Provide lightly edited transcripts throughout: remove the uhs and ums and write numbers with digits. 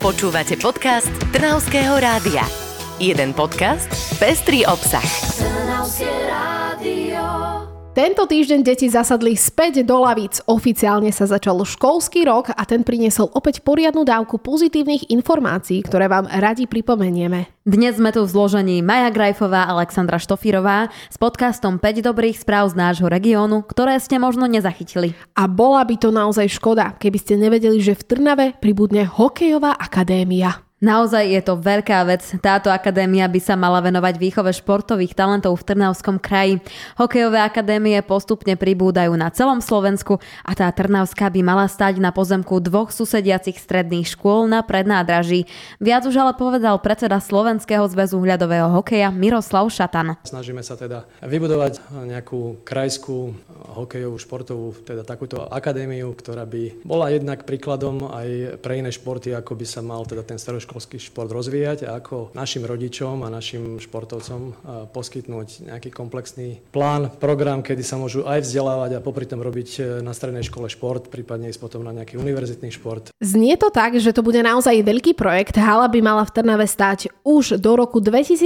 Počúvate podcast Trnavského rádia. Jeden podcast, pestrý obsah. Trnavské rádio. Tento týždeň deti zasadli späť do lavíc. Oficiálne sa začal školský rok a ten priniesol opäť poriadnu dávku pozitívnych informácií, ktoré vám radi pripomenieme. Dnes sme tu v zložení Maja Grajfová a Alexandra Štofírová s podcastom 5 dobrých správ z nášho regiónu, ktoré ste možno nezachytili. A bola by to naozaj škoda, keby ste nevedeli, že v Trnave pribudne hokejová akadémia. Naozaj je to veľká vec. Táto akadémia by sa mala venovať výchove športových talentov v Trnavskom kraji. Hokejové akadémie postupne pribúdajú na celom Slovensku a tá trnavská by mala stať na pozemku 2 susediacich stredných škôl na Prednádraží. Viac už ale povedal predseda Slovenského zväzu ľadového hokeja Miroslav Šatan. Snažíme sa teda vybudovať nejakú krajskú hokejovú športovú, teda takúto akadémiu, ktorá by bola jednak príkladom aj pre iné športy, ako by sa mal teda ten školský šport rozvíjať a ako našim rodičom a našim športovcom poskytnúť nejaký komplexný plán, program, kedy sa môžu aj vzdelávať a popri tom robiť na strednej škole šport, prípadne ísť potom na nejaký univerzitný šport. Znie to tak, že to bude naozaj veľký projekt. Hala by mala v Trnave stáť už do roku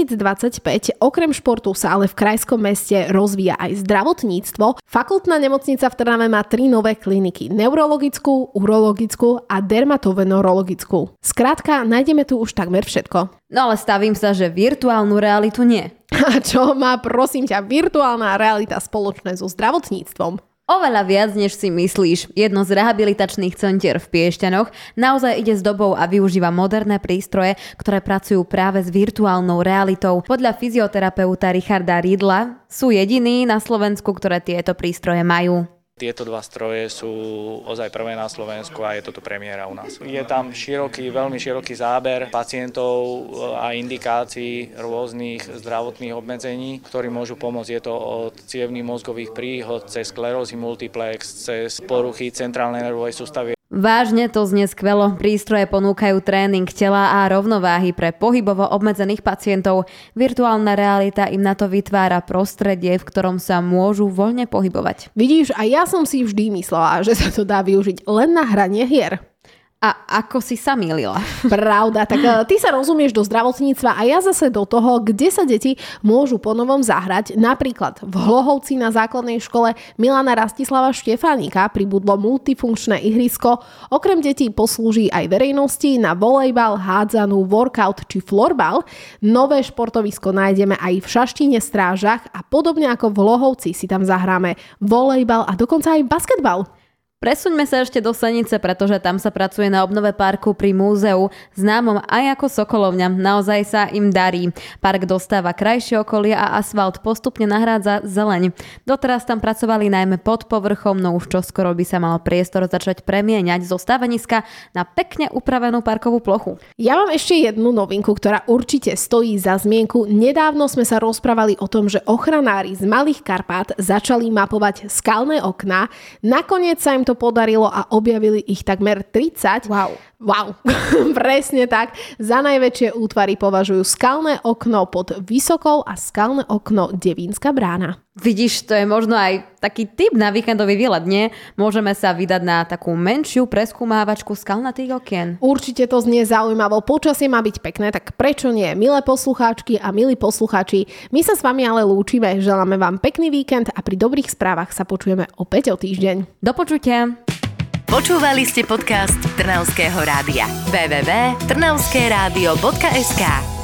2025. Okrem športu sa ale v krajskom meste rozvíja aj zdravotníctvo. Fakultná nemocnica v Trnave má 3 nové kliniky: neurologickú, urologickú a dermatovenerologickú. Skrátka, nájdeme tu už takmer všetko. No ale stavím sa, že virtuálnu realitu nie. A čo má, prosím ťa, virtuálna realita spoločné so zdravotníctvom? Oveľa viac, než si myslíš. Jedno z rehabilitačných centier v Piešťanoch naozaj ide s dobou a využíva moderné prístroje, ktoré pracujú práve s virtuálnou realitou. Podľa fyzioterapeuta Richarda Riedla sú jediní na Slovensku, ktoré tieto prístroje majú. Tieto 2 stroje sú ozaj prvé na Slovensku a je toto premiéra u nás. Je tam veľmi široký záber pacientov a indikácií rôznych zdravotných obmedzení, ktorí môžu pomôcť. Je to od cievnych mozgových príhod cez sklerózy multiplex, cez poruchy centrálnej nervovej sústavy. Vážne to znie skvelo. Prístroje ponúkajú tréning tela a rovnováhy pre pohybovo obmedzených pacientov. Virtuálna realita im na to vytvára prostredie, v ktorom sa môžu voľne pohybovať. Vidíš, a ja som si vždy myslela, že sa to dá využiť len na hranie hier. A ako si sa mýlila? Pravda, tak ty sa rozumieš do zdravotníctva a ja zase do toho, kde sa deti môžu ponovom zahrať. Napríklad v Hlohovci na základnej škole Milana Rastislava Štefánika pribudlo multifunkčné ihrisko. Okrem detí poslúži aj verejnosti na volejbal, hádzanú, workout či florbal. Nové športovisko nájdeme aj v Šaštíne Strážach a podobne ako v Hlohovci si tam zahráme volejbal a dokonca aj basketbal. Presuňme sa ešte do Senice, pretože tam sa pracuje na obnove parku pri múzeu, známom aj ako Sokolovňa. Naozaj sa im darí. Park dostáva krajšie okolie a asfalt postupne nahrádza zeleň. Doteraz tam pracovali najmä pod povrchom, no už čoskoro by sa mal priestor začať premieňať zo staveniska na pekne upravenú parkovú plochu. Ja mám ešte jednu novinku, ktorá určite stojí za zmienku. Nedávno sme sa rozprávali o tom, že ochranári z Malých Karpát začali mapovať skalné okná. Nakoniec sa im to podarilo a objavili ich takmer 30. Wow. Presne tak. Za najväčšie útvary považujú skalné okno pod Vysokou a skalné okno Devínska brána. Vidíš, to je možno aj taký tip na víkendový výlet, nie? Môžeme sa vydať na takú menšiu preskúmávačku skalnatých okien. Určite to znie zaujímavo. Počasie má byť pekné, tak prečo nie? Milé poslucháčky a milí poslucháči, my sa s vami ale lúčime. Želáme vám pekný víkend a pri dobrých správach sa počujeme opäť o týždeň. Do počutia. Počúvali ste podcast Trnavského rádia. www.trnavskeradio.sk